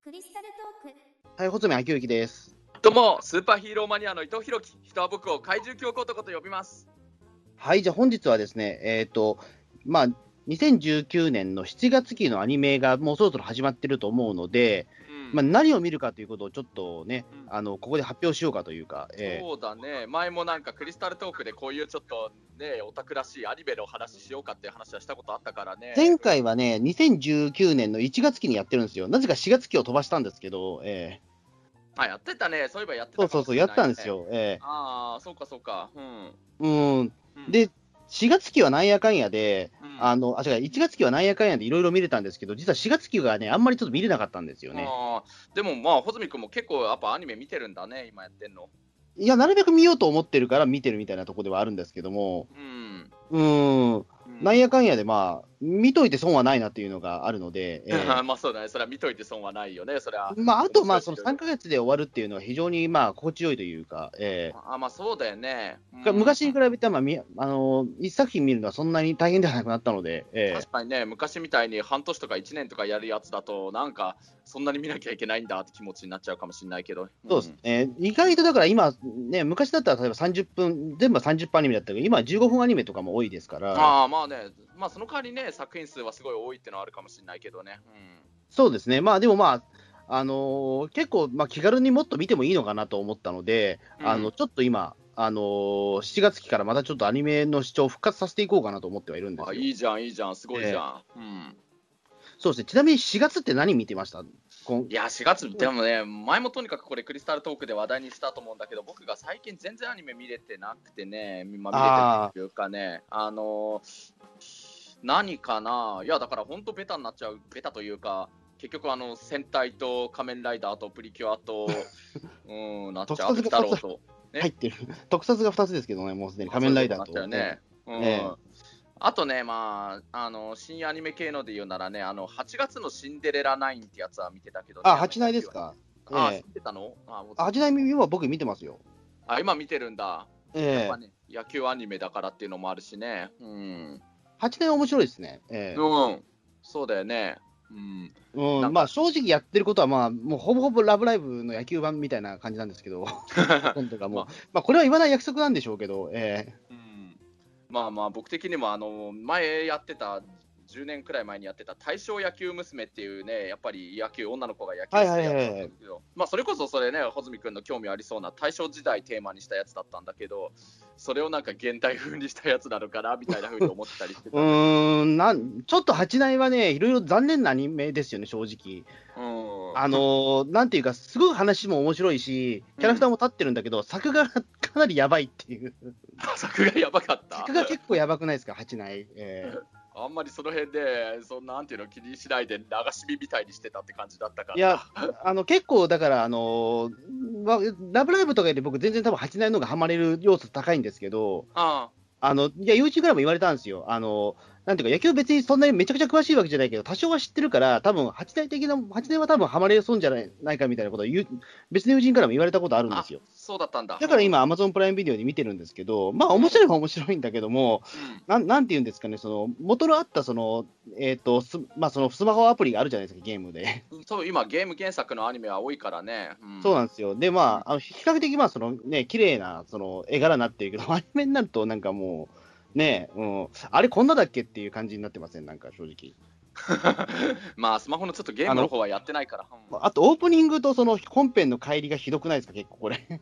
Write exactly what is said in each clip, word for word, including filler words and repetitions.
クリスタルトーク。 はい、穂積昭之です。 どうも、スーパーヒーローマニアの伊藤弘樹。人は僕を怪獣教皇男と呼びます。 はい、じゃあ本日はですね、えっ、と、まあ、にせんじゅうきゅうねんのしちがつ期のアニメがもうそろそろ始まってると思うので、 うんまあ、何を見るかということをちょっとね、 うんあのここで発表しようかというか、えーそうだね、前もなんかクリスタルトークでこういうちょっとね、オタクらしいアニメの話しようかっていう話はしたことあったからね。 前回はね、にせんじゅうきゅうねんのいちがつ期にやってるんですよ。なぜかしがつ期を飛ばしたんですけど、えあ、やってたね、そういえばやってーそうそうそう、 たかもしれないねやったんです。よ。えああ、そうかそうか。うん。 ーうんうん、 で、しがつ期はなんやかんやで、 うんあのあ違ういちがつ期はなんやかんやでいろいろ見れたんですけど、実はしがつ期がね、あんまりちょっと見れなかったんですよね。 あーでもまあ、穂積君も結構やっぱアニメ見てるんだね、今やってんの。 いや、なるべく見ようと思ってるから見てるみたいなところではあるんですけども、 うん。 うーん、 うんなんやかんやで、まあ、見といて損はないなっていうのがあるので、えーまあそうだね、それは見といて損はないよね、それは。 まあ、あと、まあ、その面白いさんかげつで終わるっていうのは非常に、まあ、心地よいというか、えあ、まあそうだよね。 ーうん昔に比べて、まあ、みあの一作品見るのはそんなに大変ではなくなったので、えー確かにね、昔みたいに半年とかいちねんとかやるやつだと、なんか、そんなに見なきゃいけないんだって気持ちになっちゃうかもしれないけど。 そうですね、意外とだから今、ね、昔だったら例えばさんじゅっぷん、全部さんじゅっぷんアニメだったけど、今はじゅうごふんアニメとかも多いですかうんら、 ああ、まあね、まあその代わりね、作品数はすごい多いってのはあるかもしれないけどね。 そうですね、まあでもまあ、あのー結構、まあ、気軽にもっと見てもいいのかなと思ったので、 うんあのちょっと今、あのーしちがつ期からまたちょっとアニメの視聴を復活させていこうかなと思ってはいるんうん、 ですよ。 あ、いいじゃん、いいじゃん、すごいじゃん。うんそうですね、ちなみにしがつって何見てましたこんいや、しがつ、でもね、前もとにかくこれ、クリスタルトークで話題にしたと思うんだけど、僕が最近全然アニメ見れてなくてね、まあ、見れてないというかね、あのー何かな、いや、だから本当、ベタになっちゃう、ベタというか、結局、あの戦隊と仮面ライダーとプリキュアと、うん、なっちゃう、 特撮が鬼太郎と。ね入ってる、特撮がふたつですけどね、もうすでに仮面ライダーと。 そういうことになっちゃうよね。うんええあとね、まあ、あの新アニメ系ので言うならね、あのはちがつのシンデレラナインってやつは見てたけど、ね、 あ、八内ですか。 あ、 ええ見てたのあもうあ八内今僕見てますよ。 あ、今見てるんだ。やっええぱね、野球アニメだからっていうのもあるしね。うん。 八内面白いですね。ええうん。そうだよね。うん。 うん、 なんかまあ正直やってることは、まあ、もうほぼほぼラブライブの野球版みたいな感じなんですけど、本とかもう、 ままあ、これは言わない約束なんでしょうけど、えうん、まあまあ、僕的にもあの前やってた、じゅうねんくらい前にやってた大正野球娘っていうね、やっぱり野球、女の子が野球するやつだったんだけど、まあそれこそそれね、穂積君の興味ありそうな大正時代テーマにしたやつだったんだけど、それをなんか現代風にしたやつなのかなみたいな風に思ってたりしてー、うたんだーんなんちょっと八内はね、いろいろ残念なアニメですよね、正直。 けど。うん。 あのーなんていうか、すごい話も面白いし、キャラクターも立ってるんだけど、作画がかなりやばいっていう、 作がやばかった。 作画結構やばくないですか、八内。えーあんまりその辺で、そんななんていうの気にしないで流し見みたいにしてたって感じだったから。 いや、あの結構だから、あのーまラブライブとかより僕、全然多分八内の方がハマれる要素高いんですけど、 ああのいや、YouTube からも言われたんですよ。あのなんていうか、野球別にそんなにめちゃくちゃ詳しいわけじゃないけど、多少は知ってるから、多分八内的な、八内は多分ハマれそうじゃないないかみたいなことを言う、別の友人からも言われたことあるんあですよ。 そうだったんだ。 だから今、Amazon プライムビデオで見てるんですけど、まあ、面白いは面白いんだけども、 うんなんなんていうんですかね、その元のあったその、えーとすまあ、そのスマホアプリがあるじゃないですか、ゲームで。 そう今、ゲーム原作のアニメは多いからね。うん、 そうなんですよ。で、まあ、あの比較的、まあ、そのね、綺麗なその絵柄になってるけど、アニメになると、なんかもう、ね、うん、あれ、こんなだっけっていう感じになってません、なんか正直。 まあ、スマホのちょっとゲームの方はやってないから。うんあと、オープニングとその本編の乖離がひどくないですか、結構これ。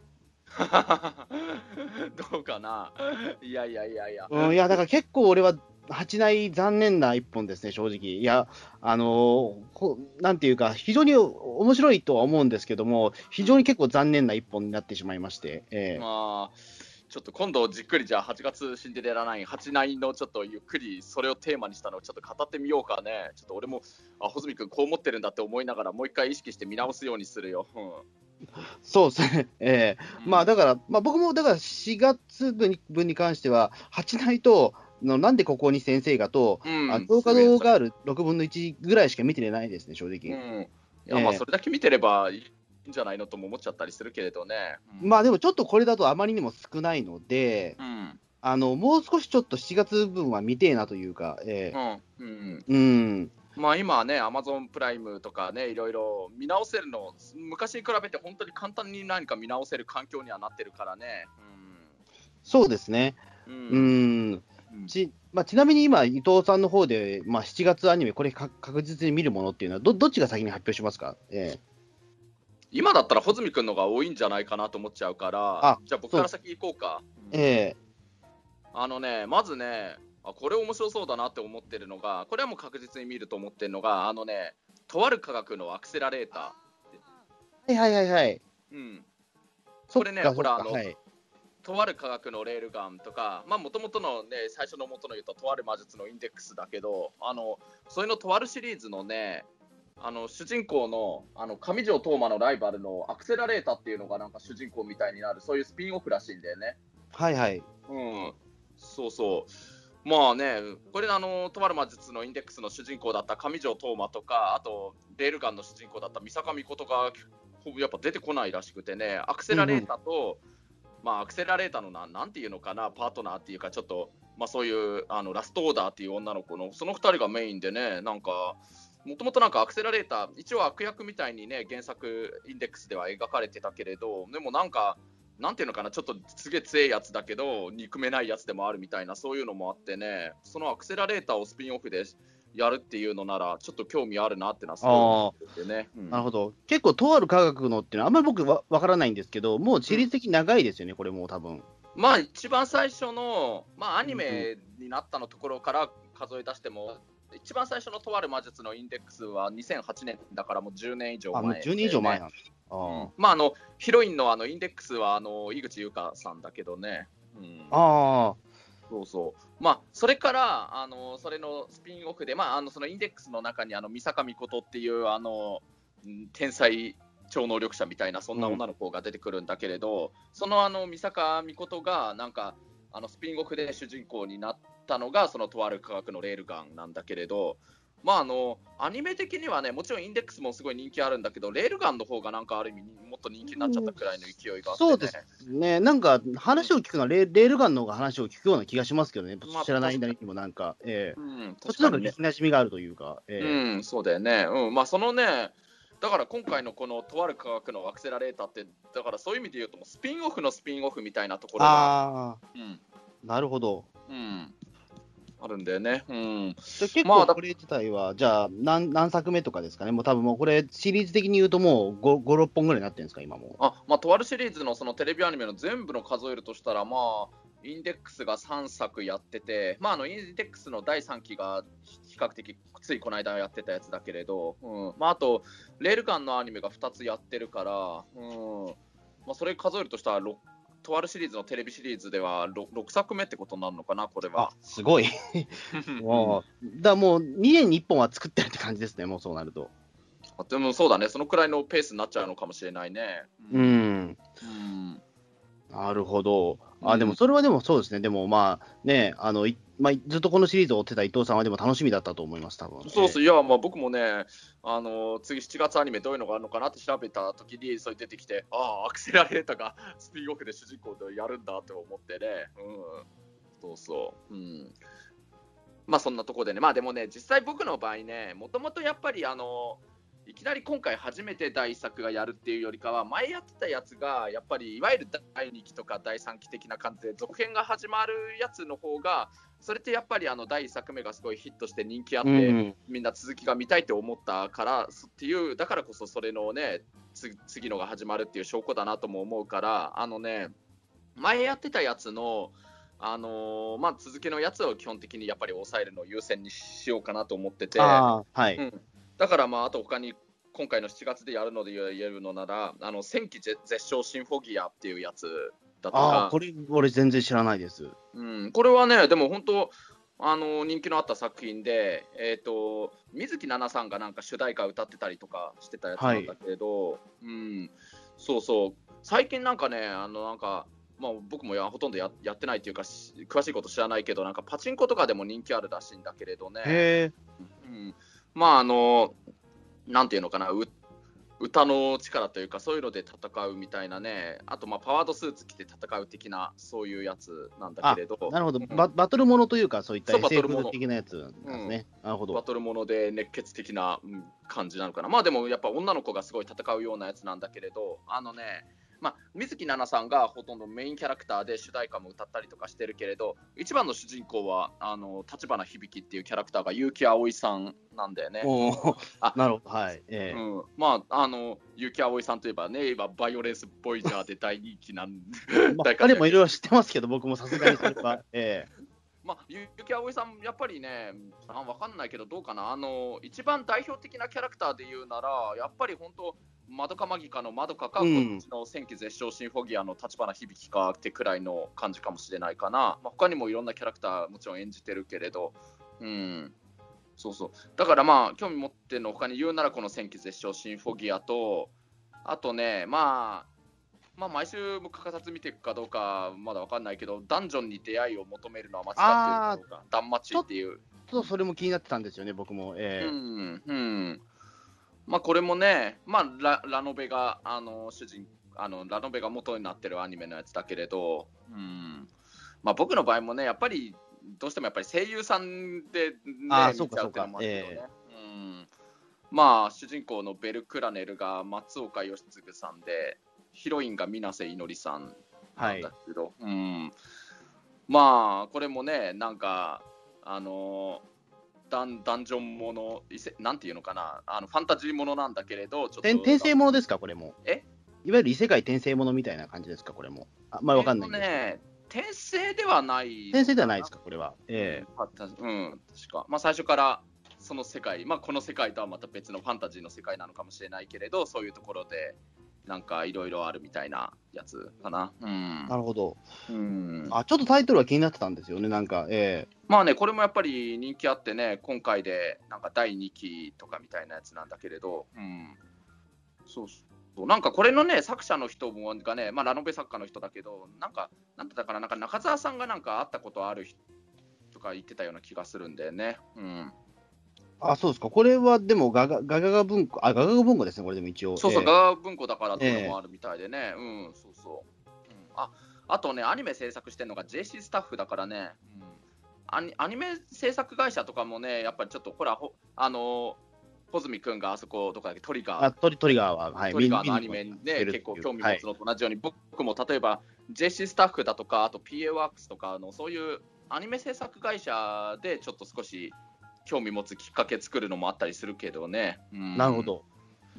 どうかな。いやいやいやいや。 うん、いや、だから結構俺は、八内残念な一本ですね、正直。いや、あのーこなんていうか、非常に面白いとは思うんですけども、非常に結構残念な一本になってしまいまして。ええまあ、ちょっと今度じっくりじゃあはちがつシンデレラナイン、はちナインのちょっとゆっくりそれをテーマにしたのをちょっと語ってみようかね。ちょっと俺も、あ、穂積君こう思ってるんだって思いながらもう一回意識して見直すようにするよ。うんそうですね、ええうんまあだから、まあ、僕もだからしがつぶんに分に関しては、八内と、のなんでここに先生がと、 うんあ教科動があるろくぶんのいちぐらいしか見てないですね、正う直。 ん、いやまあええそれだけ見てればいいんじゃないのとも思っちゃったりするけれどね。うんまあでもちょっとこれだとあまりにも少ないので、 うんあのもう少しちょっとしちがつぶんは見てえなというか、ええうんうんうん、 まあ今はね、アマゾンプライムとかね、いろいろ見直せるの、昔に比べて本当に簡単に何か見直せる環境にはなってるからね。 そうですね。 ううん。 ん。 ちまあ、ちなみに今、伊藤さんの方で、まあ、しちがつアニメ、これか確実に見るものっていうのは、どどっちが先に発表しますか？ええ今だったら穂積君のが多いんじゃないかなと思っちゃうから、 あ、 じゃあ僕そう、 から先行こうか。うんええあのね、まずね、あ、これ面白そうだなって思ってるのが、これはもう確実に見ると思ってるのが、あのね、とある科学のアクセラレータはいはいはいはい。 ー。うん。 そっこれね、 かそっか、 ほら、あの、 はい。 とある科学のレールガンとか、まあ、もともとのね、最初の元の言うと、とある魔術のインデックスだけど、あの、それのとあるシリーズのね、あの、主人公の、あの、上条東馬のライバルのアクセラレーターっていうのがなんか主人公みたいになる、そういうスピンオフらしいんだよね。 はいはい。 うん。そうそう。まあね、これあの、とある魔術のインデックスの主人公だった上条東馬とか、あと、レールガンの主人公だった三坂美琴が、ほぼやっぱ出てこないらしくてね、アクセラレーターと、まあ、アクセラレーターのなんなんていうのかな、パートナーっていうか、ちょっと、まあ、そういうあのラストオーダーっていう女の子の、そのふたりがメインでね、なんか、もともとなんかアクセラレーター、一応悪役みたいにね、原作インデックスでは描かれてたけれど、でもなんか、なんていうのかな、ちょっとすげえ強いやつだけど、憎めないやつでもあるみたいな、そういうのもあってね、そのアクセラレーターをスピンオフでやるっていうのなら、ちょっと興味あるなってのはすごい思っててね。うんなるほど。結構、とある科学のっていうのは、あんまり僕わわからないんですけど、もうシリーズ的に長いですよね、これもう多分。 まあ一番最初の、まあ、アニうんメになったのところから数え出しても、一番最初のとある魔術のインデックスはにせんはちねんだからもうじゅうねん以上あ、もう前、 じゅうねん以上前なんです。あうんーまああのヒロインのあのインデックスはあの井口優香さんだけどね。うんあそうそう。まあ、それから、あの、それのスピンオフで、まあ、あの、そのインデックスの中に、あの、三坂美琴っていう、あの、うん天才超能力者みたいな、そんな女の子が出てくるんだけれど、その、あの、三坂美琴が、なんか、あの、スピンオフで主人公になったのが、その、とある科学のレールガンなんだけれど、まあ、あの、アニメ的にはね、もちろんインデックスもすごい人気あるんだけど、レールガンの方がなんかある意味、もっと人気になっちゃったくらいの勢いがあってね。 そうですね、なんか話を聞くのはレー、レールガンの方が話を聞くような気がしますけどね、 まあ知らないなりにもなんか、ええうん、 こっちの方が確かにね。 聞きなじみがあるというか、ええうん、そうだよね。うん、まあそのね、だから今回のこのとある科学のアクセラレーターって、だからそういう意味で言うと、もうスピンオフのスピンオフみたいなところが、 ああ、 うん、 なるほど。 うん、あるんだよね。うん。 じゃ結まあだ、 構これ自体は、じゃあ何、何作目とかですかね、もう多分もうこれ、シリーズ的に言うと、もうご、ご、ろっぽんぐらいになってるんですか、今もあ、まあとあるシリーズのそのテレビアニメの全部の数えるとしたら、まあ、インデックスがさんさくやってて、まあ、あのインデックスのだいさんきが比較的ついこの間やってたやつだけれど、うんまあ、あと、レールガンのアニメがふたつやってるから、うんまあ、それ数えるとしたら、ろとあるシリーズのテレビシリーズでは 6, ろくさくめってことになるのかな、これあ、 は。 すごい。もう、だからもうにねんにいっぽんは作ってるって感じですね、もうそうなると。 あでもそうだね、そのくらいのペースになっちゃうのかもしれないね。 うん。 うんなるほど。あ、 うんでもそれはでもそうですね。でもまあね、あの、いまあ、ずっとこのシリーズを追ってた伊藤さんはでも楽しみだったと思います、多分。 そうそう、 えいや、まあ僕もね、あの次しちがつアニメどういうのがあるのかなって調べたときに、それ出てきて、ああ、アクセラレーターがスピンオフで主人公でやるんだって思ってね、うん、そうそう、うん。まあそんなところでね、まあでもね、実際僕の場合ね、もともとやっぱりあの、いきなり今回初めてだいいっさくがやるっていうよりかは、前やってたやつが、やっぱりいわゆるだいにきとかだいさんき的な感じで、続編が始まるやつの方が、それってやっぱりあのだいいっさくめがすごいヒットして人気あって、 うんみんな続きが見たいって思ったからっていう、だからこそそれのね、つ次のが始まるっていう証拠だなとも思うから、あのね、前やってたやつの、あのーまあ、続きのやつを基本的にやっぱり抑えるのを優先にしようかなと思ってて、 ああ、はい。 うん、だからまああと他に今回のしちがつでやるので言えるのなら、あの戦記絶唱シンフォギアっていうやつだとああ、 か、 これ、俺全然知らないです。 うん、これはね、でも本当、あの人気のあった作品で、えーと、水木奈々さんがなんか主題歌歌ってたりとかしてたやつなんだけれど、うん、そうそう、最近なんかね、あのなんか、まあ、僕もやほとんど や, やってないっていうか、し詳しいこと知らないけど、なんかパチンコとかでも人気あるらしいんだけれどね、 へえ。 うん、まああの、なんていうのかな、う歌の力というか、そういうので戦うみたいなね、あとまあパワードスーツ着て戦う的な、そういうやつなんだけれど、 なるほど、 うん、 バ、バトルものというか、そういったそうバトエスエフルもの的なやつなんですね。うん、なるほど。 バトルもので熱血的なうん感じなのかな。まあでもやっぱ女の子がすごい戦うようなやつなんだけれど、あのね、まあ、水木奈々さんがほとんどメインキャラクターで主題歌も歌ったりとかしてるけれど、一番の主人公はあの立花響っていうキャラクターが結城葵さんなんだよね。 おーあなるほど、はい。ええうん、まあ、あの結城葵さんといえばね、今、バイオレンス・ボイジャーで大人気なんまあ、 大活躍他にもいろいろ知ってますけど、僕もさすがにそれは、ええまあ、結城葵さん、やっぱりね、あわかんないけど、どうかな、あの一番代表的なキャラクターで言うなら、やっぱり本当、マドカマギカのマドカか、 うんこっちの戦記絶唱シンフォギアの立花響かってくらいの感じかもしれないかな。まあ、他にもいろんなキャラクター、もちろん演じてるけれど、うん、そうそう。だからまあ、興味持ってるの他に言うなら、この戦記絶唱シンフォギアと、あとね、まあ、まあ、毎週も欠かさず見ていくかどうかまだ分かんないけど、ダンジョンに出会いを求めるのは間違っているかどうか、ダンマチっていう。 ちょっとそれも気になってたんですよね、僕も。ええうんうんまあ、これもね、まあ、ラ, ラノベがあの主人あのラノベが元になってるアニメのやつだけれど、うんまあ、僕の場合もね、やっぱりどうしてもやっぱり声優さんで、ね、 あー見ちゃうっていうのもあるけどね。 そうかうんまあ、主人公のベル・クラネルが松岡義嗣さんで、ヒロインが水瀬いのりさんなんだけど、はいうん、まあこれもね、なんかあのダンダンジョンもの、なんていうのかな、あのファンタジーものなんだけれど、ちょっと転生ものですか、これも。 えいわゆる異世界転生ものみたいな感じですか、これも。あんまりわかんないんですけど、 ね、転生ではない。 転生ではないですか、これは。ええうん、確か。まあ、最初からその世界、まあ、この世界とはまた別のファンタジーの世界なのかもしれないけれど、そういうところで、なんかいろいろあるみたいなやつかな。うん、 なるほど、 うん。 あ。ちょっとタイトルは気になってたんですよね、なんか。ええまあね、これもやっぱり人気あってね、今回でなんかだいにきとかみたいなやつなんだけれど、うん、そうそうなんかこれのね、作者の人もがね、まあ、ラノベ作家の人だけど、なんか、なんだったかな、なんか中澤さんがなんか会ったことある人とか言ってたような気がするんだよね。うんあ、そうですか。これはでもガガ、ガガガ文庫、あ、ガガガ文庫ですね、これでも一応。 そうそう、 ええガガ文庫だからっていうのもあるみたいでね、うん、そうそう。うん、ああとね、アニメ制作してるのが ジェーシー スタッフだからね、うんアニ、アニメ制作会社とかもね、やっぱりちょっと、ほら、ほあのー、穂積君があそこ、どこだっけ、トリガー。 あトリトリガーは、はい、 トリガーのアニメに見ね、 に結構興味持つのと同じように、はい、僕も例えば ジェーシー スタッフだとか、あと ピーエー ワークスとかのそういうアニメ制作会社でちょっと少し興味持つきっかけ作るのもあったりするけどね。うん、 なるほど。 うん、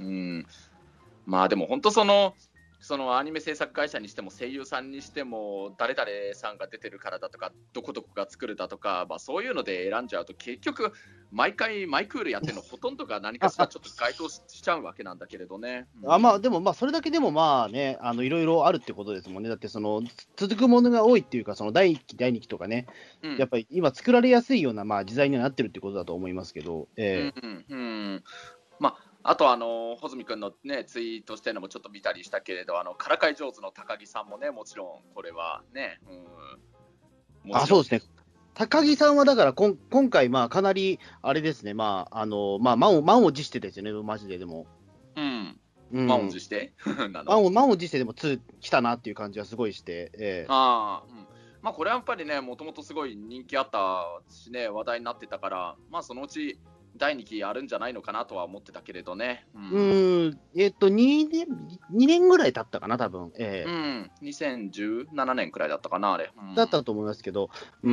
まあでも本当その、そのアニメ制作会社にしても声優さんにしても誰々さんが出てるからだとかどこどこが作るだとか、まあ、そういうので選んじゃうと結局毎回マイクールやってるのほとんどが何かしらちょっと該当しちゃうわけなんだけれどね。 うん、あまあでもまあそれだけでもまあね、あのいろいろあるってことですもんね。だってその続くものが多いっていうか、そのだいいっきだいにきとかね、うん、やっぱり今作られやすいようなまあ時代にはなってるってことだと思いますけど、えー、 うんうんうん、まああとあの穂積君の、ね、ツイートしてるのもちょっと見たりしたけれど、あのからかい上手の高木さんもね、もちろんこれはね、 うん、あそうですね、高木さんはだからこん今回、まあかなりあれですね、まああのまあ、満を満を持してですよね、マジででも。 うんうん、満を持して満を満を持してでもに来たなっていう感じはすごいして、えー、 あ、うんまあ、これはやっぱりね、もともとすごい人気あったしね、話題になってたから、まあ、そのうちだいにきあるんじゃないのかなとは思ってたけれどね。 うん、うんえっ、ー、と2年、にねんぐらい経ったかな、多分、えー、うん、にせんじゅうななねんくらいだったかな、あれ。 うん、だったと思いますけど、うん、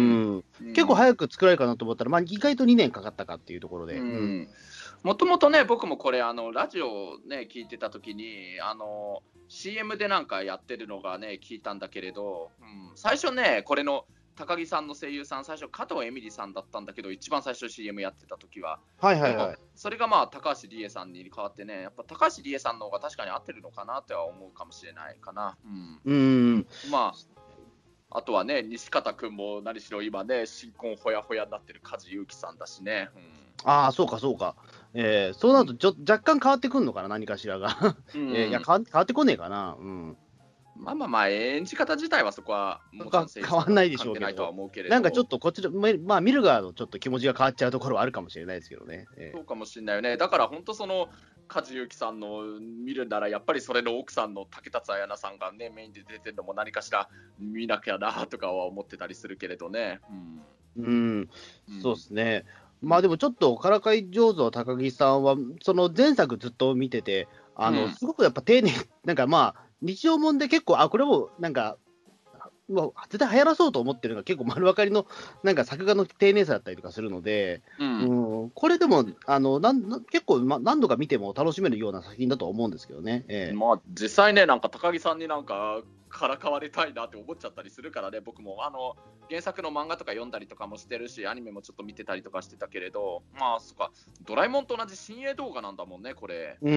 うん、結構早く作られるかなと思ったら、まあ、意外とにねんかかったかっていうところで。 もともとね、僕もこれ、あのラジオね、聞いてたときに、あの シーエム でなんかやってるのがね、聞いたんだけれど、うん、最初ね、これの高木さんの声優さん、最初、加藤エミリさんだったんだけど、一番最初 シーエム やってた時は。 はいはいはい。 それがまあ、高橋理恵さんに変わってね、やっぱ高橋理恵さんの方が確かに合ってるのかなっては思うかもしれないかな。 うん。うんまあ、あとはね、西方君も何しろ今ね、新婚ほやほやになってる梶裕貴さんだしね。うん、 ああ、そうかそうか。えー、そうなるとちょ若干変わってくるのかな、何かしらが。うん、えー、いや変わ、変わってこねえかな。うんまあまあまあ、演じ方自体はそこはもちろん変わんないでしょうけど、なんかちょっとこっちの、まあ、見る側のちょっと気持ちが変わっちゃうところはあるかもしれないですけどね。 えー、そうかもしれないよね。だから本当その、 梶裕貴さんの見るならやっぱりそれの奥さんの竹達彩奈さんがねメインで出てるのも何かしら見なきゃなとかは思ってたりするけれどね。 うん、うん、そうですね。まあでもちょっとからかい上手の高木さんはその前作ずっと見てて、あの、うん、すごくやっぱ丁寧、なんかまあ日常もんで結構あこれもなんかもう絶対流行らそうと思ってるのが結構丸分かりのなんか作画の丁寧さだったりとかするので、うんうん、これでもあのなん結構、ま、何度か見ても楽しめるような作品だと思うんですけどね。えー、 まあ実際ねなんか高木さんになんかからかわれたいなって思っちゃったりするからね。僕もあの原作の漫画とか読んだりとかもしてるしアニメもちょっと見てたりとかしてたけれど、まあそっかドラえもんと同じ新鋭動画なんだもんねこれ。 うん、うん、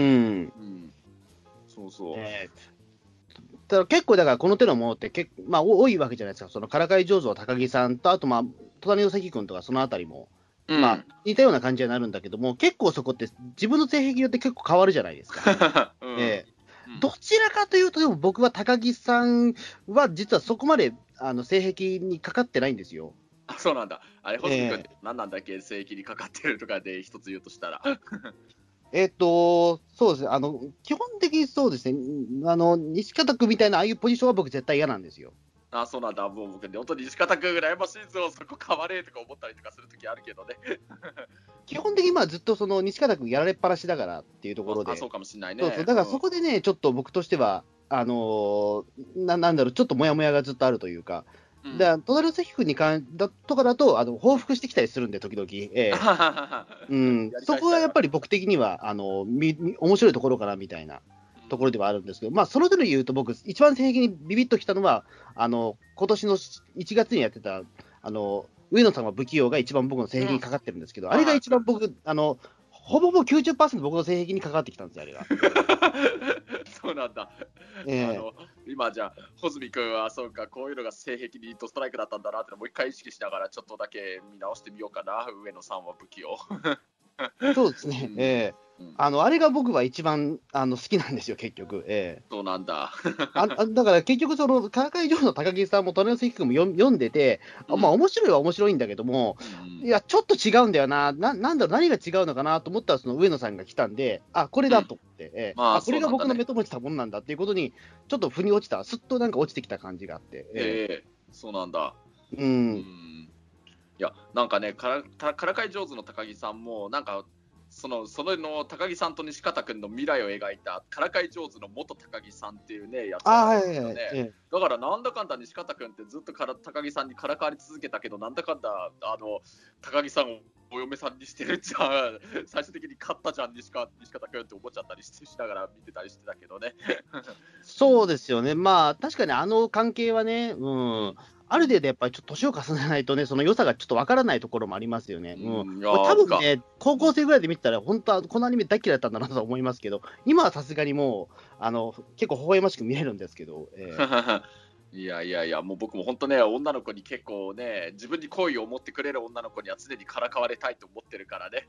そうそう、 えーだから結構、だからこの手のものって結構、まあ、多いわけじゃないですか、そのからかい上手の高木さんと、あと、まあ、隣の関君とか、そのあたりも、うん、まあ、似たような感じになるんだけども、結構そこって、自分の性癖によって結構変わるじゃないですか。うんえー、どちらかというと、でも僕は高木さんは、実はそこまであの性癖にかかってないんですよ。 あ、そうなんだ。あれ、ホズミ君って何なんだっけ、性癖にかかってるとかで一つ言うとしたら。 えっと、そうですね、あの基本的にそうですね、あの西方君みたいなああいうポジションは僕、絶対嫌なんですよ。 あ、そうなんだ、もう僕ね、本当に西方君ぐらいましいぞ、そこ変われとか思ったりとかするときあるけどね。 基本的にまあずっとその西方君やられっぱなしだからっていうところで、 あ、そうかもしれないね。 そうそうだからそこでね、うん、ちょっと僕としては、あのー、な, なんだろう、ちょっともやもやがずっとあるというか。だから隣の関君に関だとかだとあの報復してきたりするんで、時々、えーうん、そこはやっぱり僕的にはあのみみ面白いところかなみたいなところではあるんですけど、まあ、その手で言うと、僕、一番性癖にビビッときたのは、あの今年のいちがつにやってた、あの上野さんは不器用が一番僕の性癖にかかってるんですけど、うん、あれが一番僕、あのほぼほぼ きゅうじゅっパーセント 僕の性癖にかかってきたんですよ、あれが。 そうなんだ。えー、あの今じゃあ、穂積君はそうか、こういうのが性癖にドストライクだったんだなって、もう一回意識しながら、ちょっとだけ見直してみようかな、上野さんは不器用。 そうですね、うんえーうん、あのあれが僕は一番あの好きなんですよ、結局。えー、そうなんだあだから結局、そのからかい上手の高木さんも隣の関君も読んでて、うん、まあ面白いは面白いんだけども、うん、いや、ちょっと違うんだよな、ななんだろう、何が違うのかなと思ったら、その上野さんが来たんで、あこれだと思って、うんえーまあ、あこれが僕の目ともしたもんなんだっていうことに、ちょっと腑に落ちた、すっとなんか落ちてきた感じがあって。 えー、えー、そうなんだ。 うん、うんいやなんかね、からからかい上手の高木さんもなんかそのそれの高木さんと西方君の未来を描いたからかい上手の元高木さんっていうねやつなんですよね。だからなんだかんだ西方君ってずっとから高木さんにからかわり続けたけど、なんだかんだあの高木さんをお嫁さんにしてるじゃん、最終的に勝ったじゃん西方西方君って思っちゃったり し, しながら見てたりしてたけどね。 そうですよね、まあ確かにあの関係はね、うんある程度やっぱりちょっと年を重ねないとね、その良さがちょっとわからないところもありますよね。うん、多分ね、高校生ぐらいで見てたら、本当はこのアニメ大嫌いだったんだなと思いますけど、今はさすがにもう、あの結構微笑ましく見えるんですけど。えーいやいやいや、もう僕も本当ね、女の子に結構ね、自分に好意を持ってくれる女の子には常にからかわれたいと思ってるからね。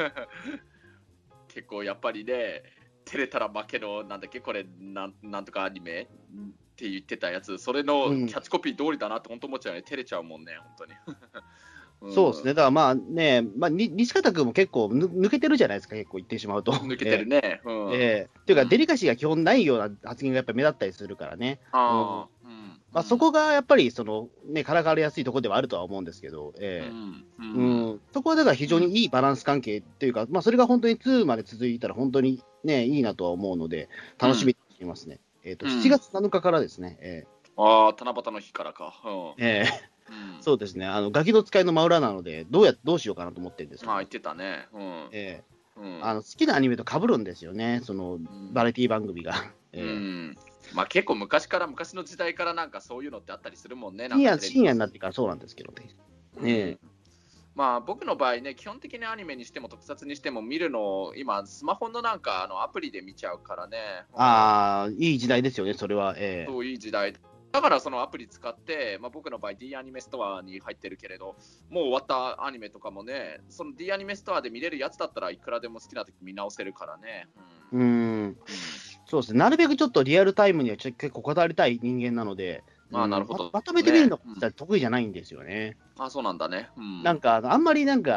結構やっぱりね、照れたら負けの、なんだっけ、これ、なんなんとかアニメって言ってたやつ、それのキャッチコピー通りだなって本当思っちゃうね、照れちゃうもんね、本当に。 うん、そうですね、だからまあね、まあ、西方君も結構抜けてるじゃないですか、結構言ってしまうと。 抜けてるね。 うん、えー、っていうか、デリカシーが基本ないような発言がやっぱり目立ったりするからね。あうんうんまあ、そこがやっぱりその、ね、からかわれやすいところではあるとは思うんですけど、えーうんうんうん、そこはだから非常にいいバランス関係っていうか、まあ、それが本当ににまで続いたら、本当に、ね、いいなとは思うので、楽しみにしていますね。うんえー、としちがつなのかからですね。えー、ああ、七夕の日からか。うんえーうん、そうですね、あのガキの使いの真裏なので、どうやどうしようかなと思ってるんですけど、 まあ、言ってたね。うんえーうん、あの好きなアニメと被るんですよね、そのバラエティ番組が。 うんえーうんまあ、結構昔から、昔の時代からなんかそういうのってあったりするもんね。 深夜、深夜になってからそうなんですけどね。ねうんまあ、僕の場合ね、基本的にアニメにしても特撮にしても見るのを今、スマホのなんかあのアプリで見ちゃうからね。 ああ、いい時代ですよね、それは。えー、そういい時代。だからそのアプリ使って、まあ、僕の場合 D アニメストアに入ってるけれど、もう終わったアニメとかもね、その D アニメストアで見れるやつだったらいくらでも好きな時見直せるからね。 うん、うんそうですね、なるべくちょっとリアルタイムにはちょ結構こだわりたい人間なので、 ああなるほど、 ま、まとめて見るのが得意じゃないんですよね。 ねうん、あそうなんだね。 うん、なんかあんまりなんか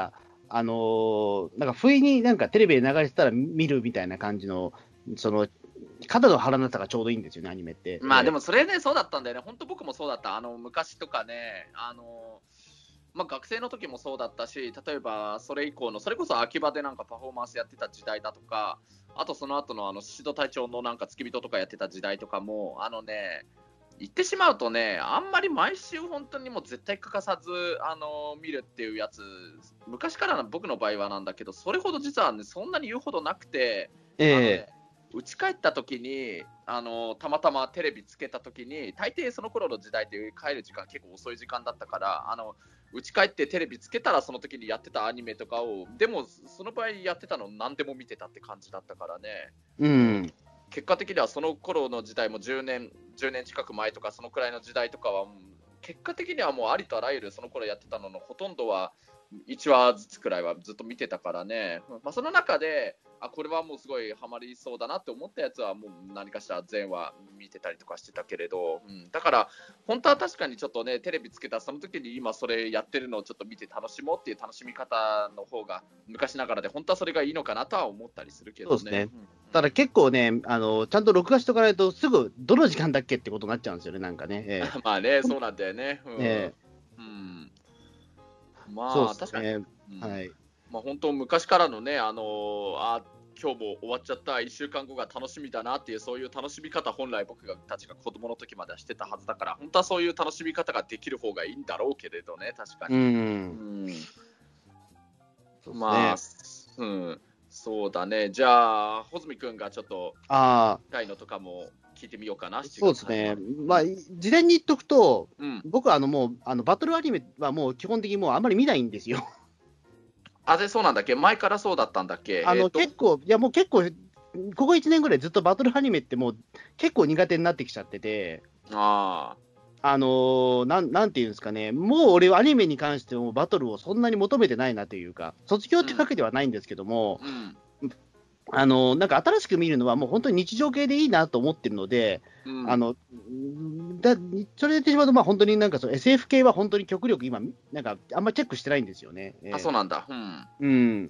あのーなんか不意になんかテレビで流れてたら見るみたいな感じの、その、肩の腹の中がちょうどいいんですよね、アニメって。 まあでもそれね、そうだったんだよね。本当僕もそうだった。あの、昔とかね、あの、まあ、学生の時もそうだったし、例えばそれ以降の、それこそ秋葉でなんかパフォーマンスやってた時代だとか、あとその後のあの宍戸隊長のなんか付き人とかやってた時代とかも、あのね、言ってしまうとね、あんまり毎週本当にもう絶対欠かさず、あの見るっていうやつ、昔からの僕の場合はなんだけど、それほど実はね、そんなに言うほどなくて、あのえね、家帰った時にあのたまたまテレビつけた時に、大抵その頃の時代って帰る時間結構遅い時間だったから、あの家帰ってテレビつけたらその時にやってたアニメとかを、でもその場合やってたの何でも見てたって感じだったからね。 うん。 結果的にはその頃の時代もじゅうねん、じゅうねん近く前とかそのくらいの時代とかは、結果的にはもうありとあらゆるその頃やってたののほとんどはいちわずつくらいはずっと見てたからね。まあ、その中で、あ、これはもうすごいハマりそうだなって思ったやつはもう何かしら全話見てたりとかしてたけれど、うん、だから本当は確かにちょっとね、テレビつけたその時に今それやってるのをちょっと見て楽しもうっていう楽しみ方の方が昔ながらで、本当はそれがいいのかなとは思ったりするけどね。 そうですね。 うん、 ただ結構ね、あの、ちゃんと録画しとかないと、すぐどの時間だっけってことになっちゃうんですよね、なんかね。えまあね、そうなんだよね。うん。 えうん、 そうまあ、 です確かに。 ね。 うんはい。 まあ、本当昔からのね、あのーあ今日も終わっちゃったいっしゅうかんごが楽しみだなっていう、そういう楽しみ方、本来僕がたちが子供の時まではしてたはずだから、本当はそういう楽しみ方ができる方がいいんだろうけれどね、確かう。 に。うんん、 そうですまあ、 ね。 うん、そうだね。じゃあ、穂積君がちょっと、 ああ、 回のとかも聞いてみようかな、しちがつそうですね。 始まる。 まあ、事前に言っとくと、 うん。 僕はあのもう、あのバトルアニメはもう基本的にもうあんまり見ないんですよ。 あ、で、そうなんだっけ、前からそうだったんだっけ、 あの、 えーっと、 結構、いやもう結構、ここいちねんぐらいずっとバトルアニメってもう結構苦手になってきちゃってて、 ああのーなん、なんていうんですかね、もう俺はアニメに関してもバトルをそんなに求めてないなというか、卒業ってわけではないんですけども、 あ、うん、 あのーなんか新しく見るのはもう本当に日常系でいいなと思ってるので、 うん、 あの、だそれで言ってしまうと、まあ本当になんかその エスエフ 系は本当に極力今、なんかあんまりチェックしてないんですよね。えあ、そうなんだ。うん。 えうん。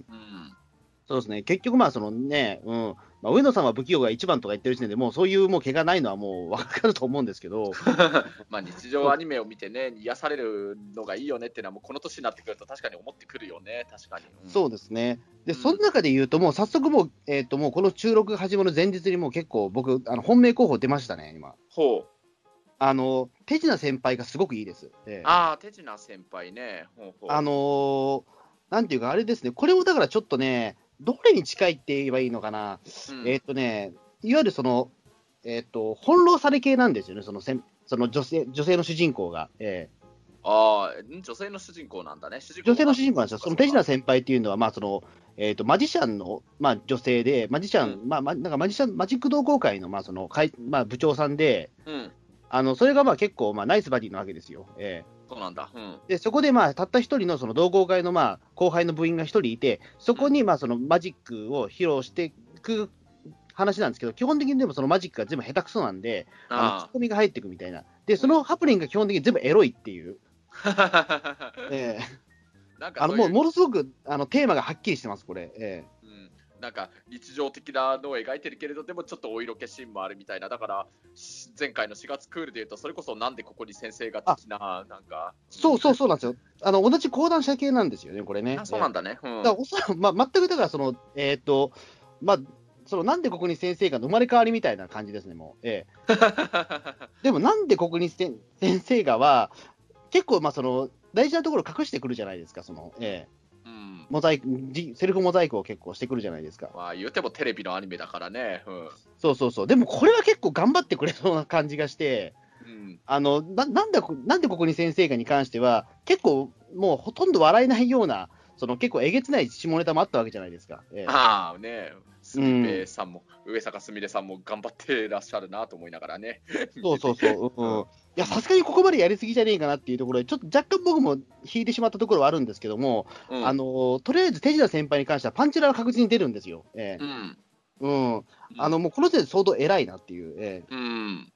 うん。 そうですね。結局まあそのね、うん。まあ、上野さんは不器用が一番とか言ってる時点でもうそういうもう怪我ないのはもう分かると思うんですけど、 まあ日常アニメを見てね、癒されるのがいいよねっていうのは、もうこの年になってくると確かに思ってくるよね、確かに。うん、 そうですね。で、 うんその中で言うと、もう早速もう、えっ、と、もうこの収録が始まる前日にもう結構僕、あの本命候補出ましたね、今。 ほう。 あの、手品先輩がすごくいいです。ええああ、手品先輩ね。ほうほう。 あのーなんていうか、あれですね、これもだからちょっとね、どれに近いって言えばいいのかな。 うん、 えっ、とね、いわゆるその、えっ、と、翻弄され系なんですよね、そのせんその女性女性の主人公が。ええああ、ん女性の主人公なんだね。主人公女性のが。 主人公なんですよ。その手品先輩っていうのは、まあ、その、えっ、と、マジシャンの、まあ、女性で、マジシャン、 うん、 まあ、まなんかマジシャン、マジック同好会の、まあ、その、会まあ、部長さんで、 うん。 あの、それがまあ結構、まあ、ナイスバディなわけですよ。ええそうなんだ。うん。 で、そこでまあ、たった一人のその同好会のまあ、後輩の部員が一人いて、そこにまあ、そのマジックを披露していく話なんですけど、基本的にでもそのマジックが全部下手くそなんで、あの、ツあッコミが入っていくみたいな。で、そのハプニングが基本的に全部エロいっていう。 あ。 ええなんかあの、もう、 そういう、 ものすごく、あの、テーマがはっきりしてます、これ。ええうん、なんか日常的なのを描いてるけれど、でもちょっとお色気シーンもあるみたいな、だからし前回のしがつクールでいうと、それこそなんでここに先生が的な、なんか、 そうそうそうなんですよ。あの、同じ講談社系なんですよね、これね。 あ、そうなんだね。うん。 だからおそらく、まあ、全くだから、その、えっ、と、まあ、その、なんでここに先生が生まれ変わりみたいな感じですね、もう。ええでも、なんでここにせ先生がは、結構、まあ、その、大事なところ隠してくるじゃないですか、その、ええうん。 モザイク、じセルフモザイクを結構してくるじゃないですか。 まあ言うてもテレビのアニメだからね。うん。 そうそうそう。でも、これは結構頑張ってくれそうな感じがして、 うん。 あの、ななんだこ、なんでここに先生がに関しては、結構、もうほとんど笑えないような、その結構えげつない下ネタもあったわけじゃないですか。ええああね、すみぺさんも、上坂すみれさんも頑張ってらっしゃるなと思いながらね。 そうそうそう。うんうんいや、さすがにここまでやりすぎじゃねえかなっていうところで、ちょっと若干僕も引いてしまったところはあるんですけども、 うんあの、とりあえず手品先輩に関してはパンチラは確実に出るんですよ。ええうん。 うん。あの、もうこの時点で相当偉いなっていう。ええうん。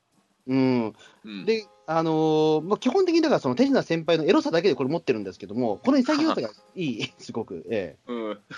うん、 うん、 で、あのーまあ、基本的にだからその手品先輩のエロさだけでこれ持ってるんですけども、この潔さがいい、すごく。えうん、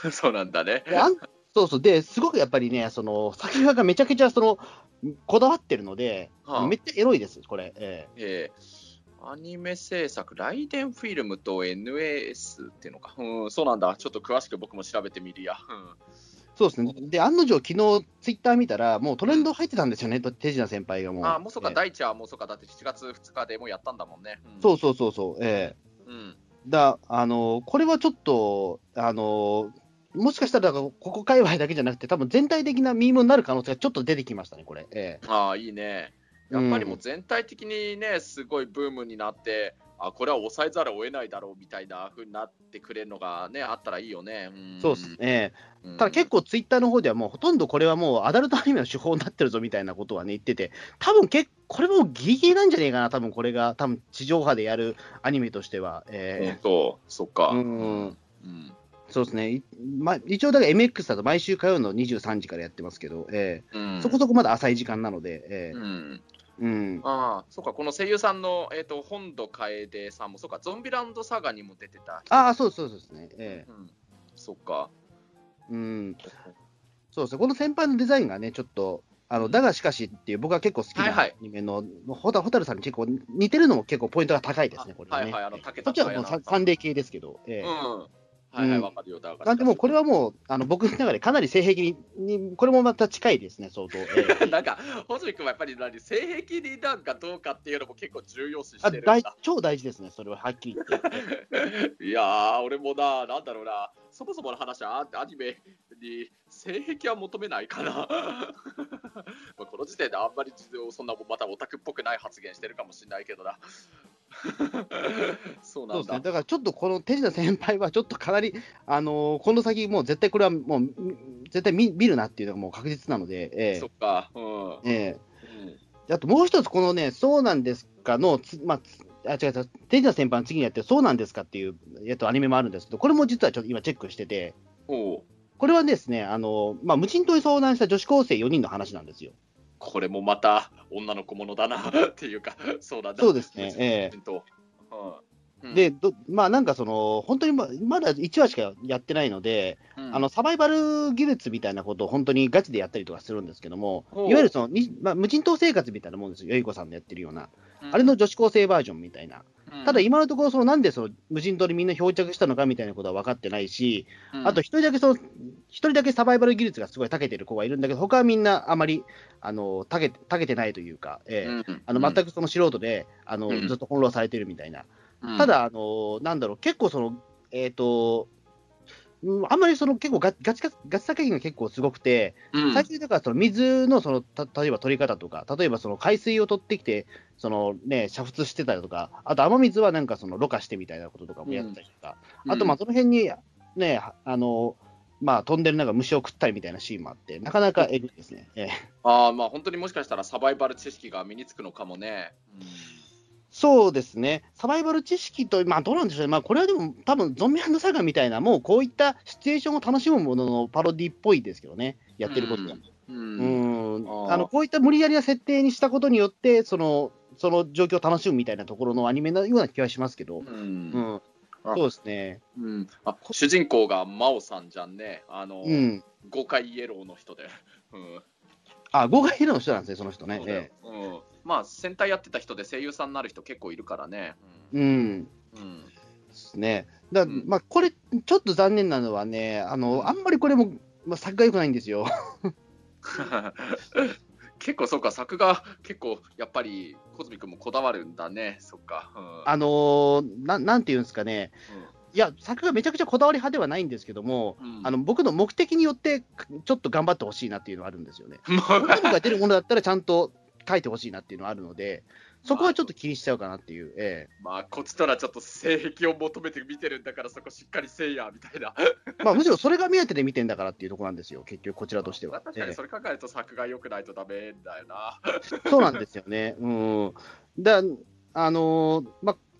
そうなんだね。 え、であんそうそう、で、すごくやっぱりね、その作画がめちゃくちゃそのこだわってるので、あのはあ、 めっちゃエロいです、これ。ええー、アニメ制作、ライデンフィルムと エヌエーエス っていうのか。うん、そうなんだ。ちょっと詳しく僕も調べてみるや。 そうですね。で、案の定、昨日ツイッター見たら、もうトうん。うん、 レンド入ってたんですよね、手品先輩があ、 もう。 もうそうか、 ええ、 大地はもうそうか、だってしちがつふつかでもうやったんだもんね。 そうそうそうそう。ええ、 うん。うん。 だ、あの、これはちょっと、あの、もしかしたら、ここ界隈だけじゃなくて、多分全体的なミームになる可能性がちょっと出てきましたね、これ。ええ、 ああ、いいね。やっぱりもううん。 全体的にね、すごいブームになって、あ、これは抑えざるを得ないだろうみたいな風になってくれるのがね、あったらいいよね。うそうですん。 ね。ただ結うん。 構ツイッターの方ではもうほとんどこれはもうアダルトアニメの手法になってるぞみたいなことはね言ってて、多分結これもギリギリなんじゃねえかな、多分これが多分地上波でやるアニメとしては。え本当、そっー、うか。うん、 ん。うん。 そうですね。いまあ、一応だから エムエックス だと毎週火曜のにじゅうさんじからやってますけど、えうー、そこん。 そこまだ浅い時間なので、えうん。 ー、うん。 ああ、そっか、この声優さんの、えっ、と、本土楓さんも、そっか、ゾンビランドサガにも出てた人だ。 ああ、そうそうそうですね。えうん。そっか。 ー、うん。そうですね。この先輩のデザインがね、ちょっと、あの、 うん。 だがしかしっていう僕が結構好きなアはいはい。 ニメの、ホタホタルさんに結構似てるのも結構ポイントが高いですあ、 ね、これはね。 はいはい、あの、竹そっちはもう田彩菜さん。 さサンデー系ですけど、えうん。 え、うはいはい、わん。 かるよ、だがなんでもうしかし。 これはもう、あの僕の中でかなり性癖に、にこれもまた近いですね、相当。ええ、 なんか、細見君はやっぱり何、性癖になんかどうかっていうのも結構重要視しあ、 てるんだ。 大超大事ですね、それははっきり言って。 いやー、俺もな、なんだろうな、そもそもの話はアニメに性癖は求めないかな。まあこの時点であんまりそんなまたオタクっぽくない発言してるかもしれないけどな。そうそうですね。 なんだ。 だからちょっとこの手品先輩はちょっとかなり、あのーこの先もう絶対これはもう、絶対見見るなっていうのがもう確実なので、えそっか。うん。 え、ええ。 うんであともう一つ、このね、そうなんですかの、つまあ、つあ、違う違う、手品先輩の次にやってる、そうなんですかっていう、えっと、アニメもあるんですけど、これも実はちょっと今チェックしてて、 おう、 これはですね、あの、まあ、無人島に遭難した女子高生よにんの話なんですよ。 これもまた女の子ものだなっていうか、そうなんだ。 そうですね、え無人島。うん。 え、で、どまあ、なんかその、本当にままだいちわしかやってないので、 うん、 あのサバイバル技術みたいなことを本当にガチでやったりとかするんですけども、 ほう、 いわゆるその、にまあ、無人島生活みたいなもんですよ、よいこさんのやってるような。 うん、 あれの女子高生バージョンみたいな。 うん、 ただ今のところ、そのなんでその無人島にみんな漂着したのかみたいなことは分かってないし、 うん、 あと一人だけその、一人だけサバイバル技術がすごい長けてる子がいるんだけど、他はみんなあまりあの長け長けてないというか、えうん、 え、あの全くその素人であの、 うん、 ずっと翻弄されてるみたいな。 うん、 ただ、あのなんだろう、結構その、えっ、と、うんあんまりその結構ガガチガチガチさ加減が結構すごくて、 うん、 最初にだからその水のそのた例えば取り方とか、例えばその海水を取ってきて、そのね、煮沸してたりとか、あと雨水はなんかそのろ過してみたいなこととかもやってたりとか、 うん、 あとまあその辺にね、あの、まあ飛んでるなんか虫を食ったりみたいなシーンもあって、なかなかえぐいですね。ええ、 ああ、まあ本当にもしかしたらサバイバル知識が身につくのかもね。 そうですね、サバイバル知識と、まあどうなんでしょうね、まあこれはでも多分ゾンビランドサガみたいな、もうこういったシチュエーションを楽しむもののパロディっぽいですけどね、やってることは。 う、 うんんああのこういった無理やりな設定にしたことによって、そのその状況を楽しむみたいなところのアニメのような気はしますけど、 ううんん、 そうですね、 うん、あ、主人公が真央さんじゃんね。あの、 うん、 豪快イエローの人で。うん、 あ、豪華ヒーローの人なんですね、その人ね。 そうだよ。 えうん、まあ戦隊やってた人で声優さんになる人結構いるからね。 え、うん、でうん、 すね。だうん、 まあ、これ、ちょっと残念なのはね、あの、 うん、 あんまりこれも、まあ、作が良くないんですよ。 結構そうか、作画結構やっぱり小泉君もこだわるんだね。そっか。 あのーな、なんていうんですかね、いや、作がめちゃくちゃこだわり派ではないんですけども、 うん、 あの僕の目的によって、ちょっと頑張ってほしいなっていうのはあるんですよね。 うん。 僕が出るものだったら、ちゃんと書いてほしいなっていうのはあるので、そこはちょっと気にしちゃうかなっていう。ええ、 まあ、こっちとらちょっと性癖を求めて見てるんだから、そこしっかりせいやみたいな。 まあ、むしろそれが目当てで見てんだからっていうところなんですよ、結局、こちらとしては。 確かにそれ考えると作が良くないとダメだよな。 ええ、そうなんですよね。うん。だあのーまあ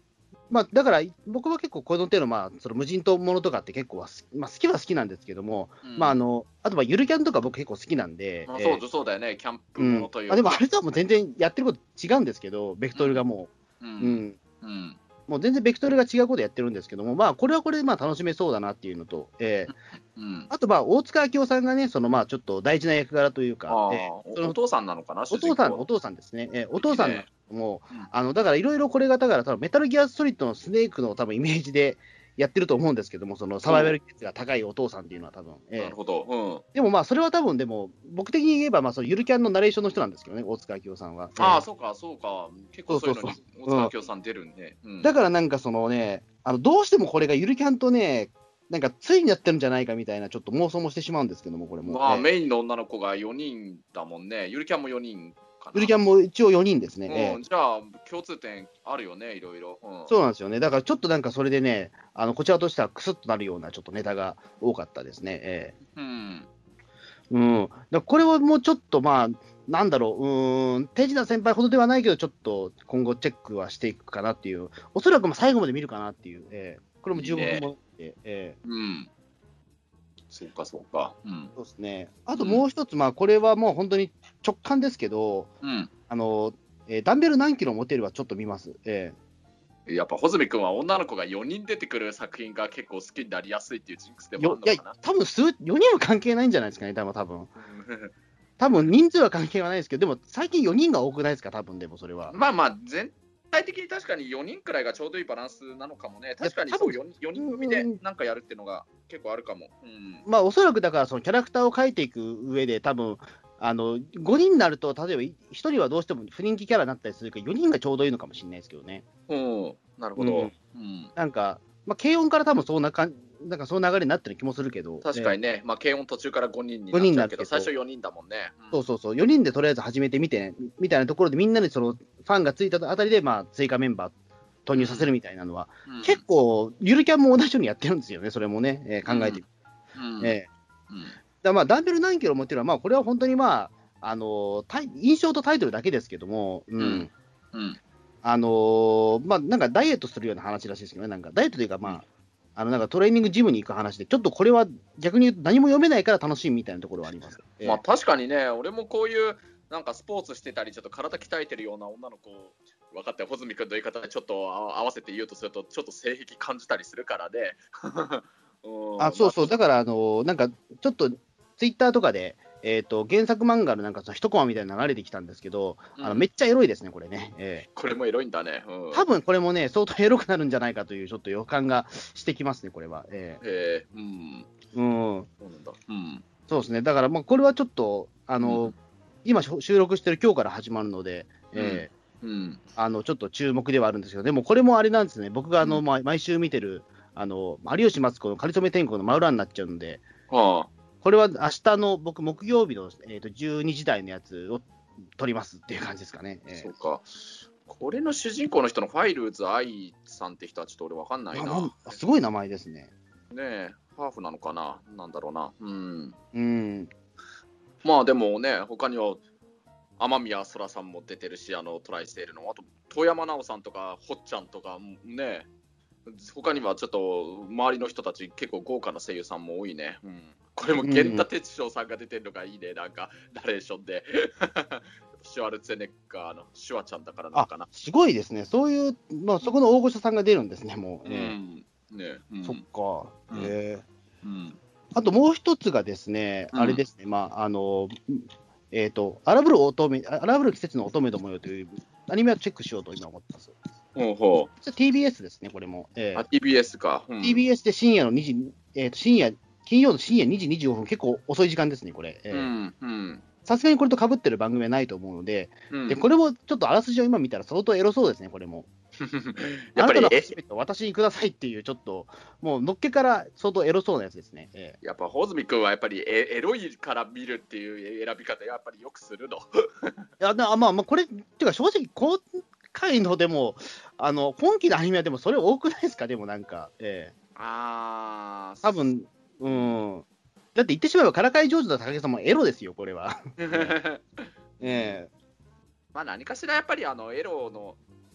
まあ、だから僕は結構この手の、まあ、その無人島ものとかって結構はす、まあ、好きは好きなんですけども、 うんまあ、あのあとはゆるキャンとか僕結構好きなんで、 まあ、 えーそうそうだよね、キャンプうんものというか。 あでもあれとはもう全然やってること違うんですけど、ベクトルがもうう、うんんうんもう全然ベクトルが違うことやってるんですけども、まあ、これはこれでまあ楽しめそうだなっていうのと、えーうんあと、まあ、大塚明夫さんがね、そのまあちょっと大事な役柄というか、 ああ、 えーそのおお父さんなのかな、主お父人公は。 さんお父さんですね、えーお父さんなんですけども、 うんあのだからいろいろこれが、だから多分メタルギアソリッドのスネークの多分イメージでやってると思うんですけども、そのサバイバル技術が高いお父さんっていうのは多分、えーなるほど。うん。 でもまあ、それは多分でも、僕的に言えば、まあ、そのゆるキャンのナレーションの人なんですけどね、大塚明夫さんは。 ああ、 えーそうか、そうか。結構そういうのにそうそうそう大塚明夫さん出るんで。うんだからなんかそのね、あのどうしてもこれがゆるキャンとね、なんかついにやってるんじゃないかみたいな、ちょっと妄想もしてしまうんですけども、これも。 まあ、 えーメインの女の子がよにんだもんね。ゆるキャンもよにんかな。 ゆるキャンも一応よにんですね。えーうん、じゃあ、共通点あるよね、いろいろ。うん、 そうなんですよね。だからちょっとなんかそれでね、あのこちらとしてはクスッとなるようなちょっとネタが多かったですね。えうん。 ーうん。だからこれはもうちょっとまあ、なんだろう、うーん、手品先輩ほどではないけど、ちょっと今後チェックはしていくかなっていう、おそらくまあ最後まで見るかなっていう、えーこれもじゅうごふんもので、えーうん。そうか、そうか。うん。 そうですね。あともう一つ、まあこれはもう本当に直感ですけど、 うん。 あの、えーダンベル何キロ持てるはちょっと見ます。えやっぱ、穂積君は女の子がよにん出てくる作品が結構好きになりやすいっていうジンクスでーもあるのかな。 よいや、多分数よにんは関係ないんじゃないですかね、多分多分。 うん多分人数は関係はないですけど、でも最近よにんが多くないですか、多分でもそれは。 まあまあ、全体的に確かによにんくらいがちょうどいいバランスなのかもね。確かにそう多分よにん, よにん組でなんかやるっていうのが結構あるかも。うんまあ、おそらくだから、そのキャラクターを描いていく上で、多分あのごにんになると、例えばひとりはどうしても不人気キャラになったりするから、よにんがちょうどいいのかもしれないですけどね。 うん、なるほど。 うんうんなんか、まあ、軽音から多分そんなかんなんかそういう流れになってる気もするけど、ね確かにね、まあ、軽音途中からごにんになっちゃうけど、最初よにんだもんね。うんそうそうそう、よにんでとりあえず始めてみて、みたいなところで、みんなにそのファンがついたあたりで、まあ、追加メンバー投入させるみたいなのは、 うん結構、ゆるキャンも同じようにやってるんですよね、それもね、えー考えてみると。 うんえーうんだからまあダンベル何キロ持ってるのは、まあ、これは本当にまあ、あのータイ印象とタイトルだけですけども、うんうんうんあのーまあ、なんかダイエットするような話らしいですけどね、なんかダイエットというか、まあ、 うんあのなんかトレーニングジムに行く話で、ちょっとこれは逆に言うと何も読めないから楽しいみたいなところはあります。えーまあ、確かにね、俺もこういうなんかスポーツしてたり、ちょっと体鍛えてるような女の子、分かって、穂積君の言い方でちょっと合わせて言うとすると、ちょっと性癖感じたりするからね。うんあそうそう、 まだから、あのーなんかちょっとツイッターとかで、えー、と原作漫画のなんかその一コマみたいなの流れてきたんですけど、あのうんめっちゃエロいですね、これね。えこれもエロいんだね。うんー多分これもね、相当エロくなるんじゃないかというちょっと予感がしてきますね、これは。えへえ、うん。 ーうん、 そうなんだ。うん。 そうですね、だからまあこれはちょっと、あのーうん今し収録してる今日から始まるので、えーうん。 あのちょっと注目ではあるんですけど、でもこれもあれなんですね、僕があの、 うんま毎週見てるあの有吉松子のかりそめ天国の真裏になっちゃうので、 はあ。 これは明日の僕、木曜日の、えー、とじゅうにじ台のやつを撮りますっていう感じですかね。えーそうか。これの主人公の人のファイルーズ愛さんって人はちょっと俺わかんないな。 あなんすごい名前ですね。 ねえ、ハーフなのかな、なんだろうな。うん。 うん、 まあでもね、他には雨宮空さんも出てるし、あのトライしているの、あと遠山奈緒さんとか、ほっちゃんとかね、他にはちょっと周りの人たち、結構豪華な声優さんも多いね。うん、これも源太哲章さんが出てるのがいいね、なんかナレーションで。シュワルツェネッガーのシュワちゃんだからなのあかな。 すごいですね、そういう、まあ、そこの大御所さんが出るんですね、もう。 うえんねうん、 ーそっか、 うんえーうんあともう一つがですね、 うんあれですね、まああのえー、と荒ぶる乙女、荒ぶる季節の乙女どもよというアニメをチェックしようと今思ってます。 ほうほそれ ティービーエス ですね、これも。えーうあ ティービーエス か。うんティービーエス で深夜のにじ、えーと深夜、金曜の深夜にじにじゅうごふん、結構遅い時間ですね、これ。えーうんうんさすがにこれと被ってる番組はないと思うので、 うんでこれもちょっとあらすじを今見たら相当エロそうですね、これも。 やっぱりえあなたの初めてを私にくださいっていう、ちょっと、もうのっけから相当エロそうなやつですね。えやっぱ穂積君はやっぱりエエロいから見るっていう選び方やっぱりよくするの。 えいやなまあまあ、これ、っていうか正直、今回のでも、あの今期のアニメはでもそれ多くないですか、でもなんか、ええああ、 多分うん。だって言ってしまえば、からかい上手な高木さんもエロですよ、これは。ええまあ何かしらやっぱりあのエロの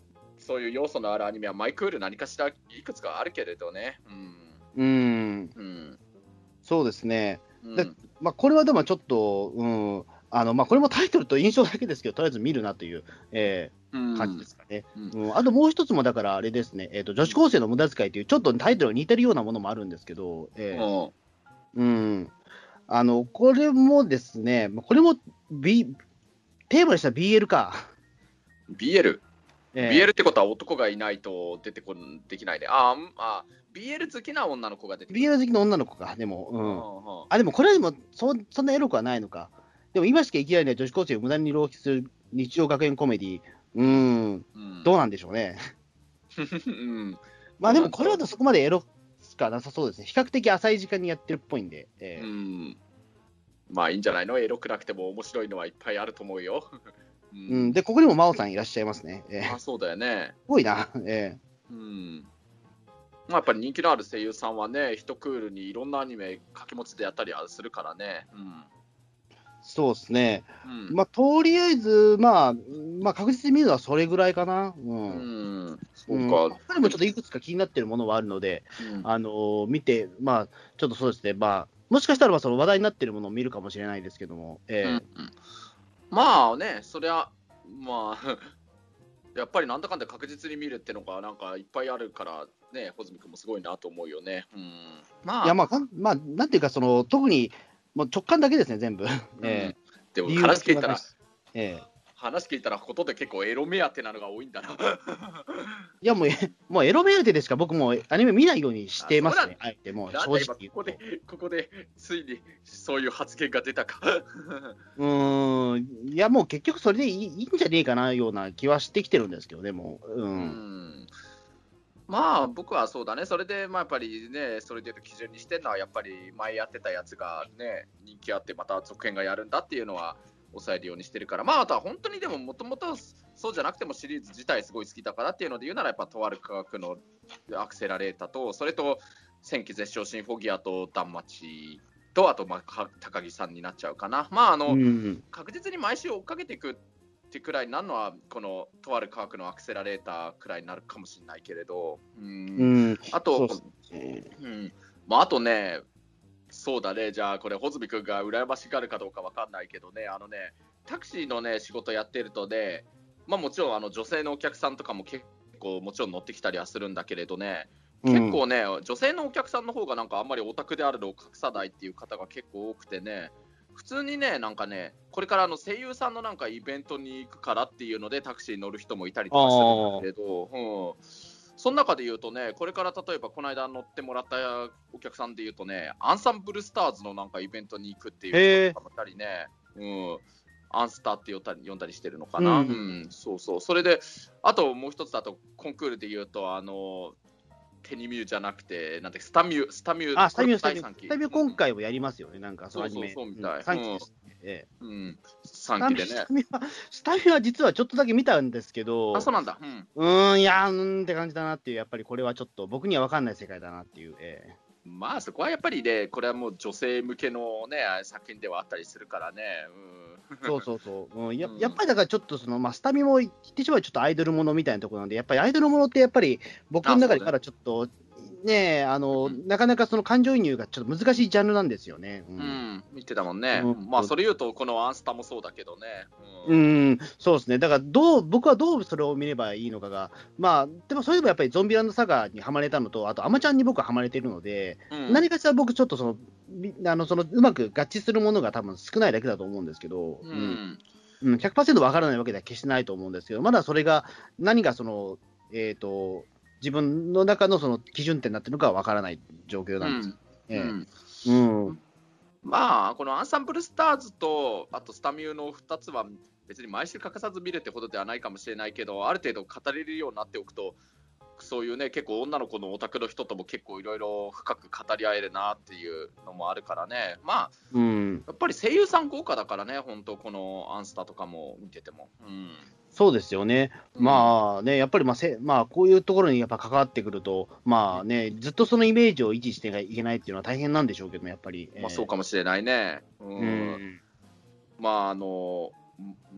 そういう要素のあるアニメはマイクール何かしらいくつかあるけれどね。 うん、うんうん、 そうですね。 うんでまあ、これはでもちょっと、うんあのまあ、これもタイトルと印象だけですけど、とりあえず見るなという、えー感じですかね。 うんうん、あともう一つも、だからあれですね、えーと、女子高生の無駄遣いという、ちょっとタイトルが似てるようなものもあるんですけど、えーうんうん、あのこれもですね、これも、B、テーマにしたら ビーエル か。 ビーエル、 えービーエル ってことは男がいないと出てこんできないね。あーんあ、ビーエル 好きな女の子が出てくる。 ビーエル 好きの女の子か、でも、ううんん、 うんあ、でもこれはでもそ、そんなエロくはないのか。でも今しか生きられない女子高生を無駄に浪費する日常学園コメディ、うーん、 うんどうなんでしょうね。 うんまあでもこれはそこまでエロしかなさそうですね。比較的浅い時間にやってるっぽいんで。えうーん、まあいいんじゃないの、エロくなくても面白いのはいっぱいあると思うよ。ううんん、で、ここにも真央さんいらっしゃいますね。えーあ、そうだよね。 すごいな。えうんまあ、やっぱり人気のある声優さんはね、一クールにいろんなアニメ掛け持ちでやったりはするからね。うんーそうですね。 うんまあ、とりあえず、まあ、まあ、確実に見るのはそれぐらいかな。う。 うんん、そううん、 か。 他にもちょっといくつか気になってるものはあるので、 うんあのー見て、まあ、ちょっとそうですね、まあ、もしかしたらまあその話題になってるものを見るかもしれないですけども、えーうんまあね、そりゃ、まあ、やっぱりなんだかんだ確実に見るってのがなんかいっぱいあるからね、穂積君もすごいなと思うよね。うん、まあ、 いや、まあ、かんまあ、なんていうか、その特にもう直感だけですね、全部。えでもー理由話聞いたら、 えー話聞いたらことで結構エロ目当てなのが多いんだな。 いや、もう、えもうエロ目当てでしか僕もアニメ見ないようにしてますね、あえてもうなん正直言うで今ことこ。で、ここでついにそういう発言が出たか。 うーん、いや、もう結局それでいいいいんじゃねえかなような気はしてきてるんですけどね、もう。ううんんまあ僕はそうだね、それでまあやっぱりね、それで基準にしてるのは、やっぱり前やってたやつがね、人気あって、また続編がやるんだっていうのは抑えるようにしてるから、まああとは本当にでも、もともとそうじゃなくてもシリーズ自体すごい好きだからっていうので言うなら、やっぱとある科学のアクセラレータと、それと戦記絶唱シンフォギアとダンマチと、あとまあ高木さんになっちゃうかな。まああの、 うん確実に毎週追っかけていくってくらいになるのは、このとある科学のアクセラレーターくらいになるかもしれないけれど、うんうんあと、 そうっすねうんまあ、あとね、そうだね、じゃあこれ、穂積君が羨ましがるかどうかわかんないけどね、あのね、タクシーのね、仕事やってるとね、まあもちろんあの女性のお客さんとかも結構もちろん乗ってきたりはするんだけれどね、 うん結構ね、女性のお客さんの方がなんかあんまりオタクであるのを隠さないっていう方が結構多くてね、普通にね、なんかね、これからあの声優さんのなんかイベントに行くからっていうのでタクシーに乗る人もいたりとかするんだけれど、うん、その中で言うとね、これから例えばこの間乗ってもらったお客さんで言うとね、アンサンブルスターズのなんかイベントに行くっていう人とかもいたりね、うん、アンスターって呼んだり呼んだりしてるのかな、 ううんんそうそう、それで、あともう一つだと、コンクールで言うと、あのテニミューじゃななくて、なんてスタミュー、スタミュー、 あ、スタミュー、スタミュー、 第三期スタミュー今回もやりますよね、なんかそのアニメ。 そうそうそうみたいんさんきですね。ええうん、 スさんきでねス。タミューは、スタミューは実はちょっとだけ見たんですけど、 あ、そうなんだ。うん。 うーん、いやー、うーんって感じだなっていう、やっぱりこれはちょっと僕には分かんない世界だなっていう。ええまあそこはやっぱりね、これはもう女性向けのね、作品ではあったりするからね。うん。 そうそうそう、うんやうんやっぱりだからちょっとその、まあ、スタミも言ってしまうとちょっとアイドルものみたいなところなんで、やっぱりアイドルものってやっぱり僕の中でまだちょっとね、あのうんなかなかその感情移入がちょっと難しいジャンルなんですよね。ううんん、見てたもんね。 うんまあそれ言うと、このアンスタもそうだけどね。 ううん。 ん、そうですね、だからどう僕はどうそれを見ればいいのかが、まあ、でもそういえばやっぱりゾンビランドサガにはまれたのと、あと、アマちゃんに僕ははまれてるので、 うん何かしら僕、ちょっとそのびあのそのうまく合致するものが多分少ないだけだと思うんですけど、 ううんん。 うん、ひゃくパーセントわからないわけでは決してないと思うんですけど、まだそれが何がその、えー、と自分の中のその基準点になってるのかはわからない状況うなんです。 ん。 ええうんうんまあ、このアンサンブルスターズと、あとスタミューのふたつは、別に毎週欠かさず見るってほどではないかもしれないけど、ある程度語れるようになっておくと、そういうね、結構女の子のオタクの人とも結構いろいろ深く語り合えるなっていうのもあるからね。まあ、 うん、 やっぱり声優さん豪華だからね、本当このアンスタとかも見てても。うん。 そうですよね、 うんまあね、やっぱりまあせ、まあ、こういうところにやっぱ関わってくると、まあね、ずっとそのイメージを維持していけないっていうのは大変なんでしょうけども、やっぱり。 まあそうかもしれないね。う。 うんんまああの、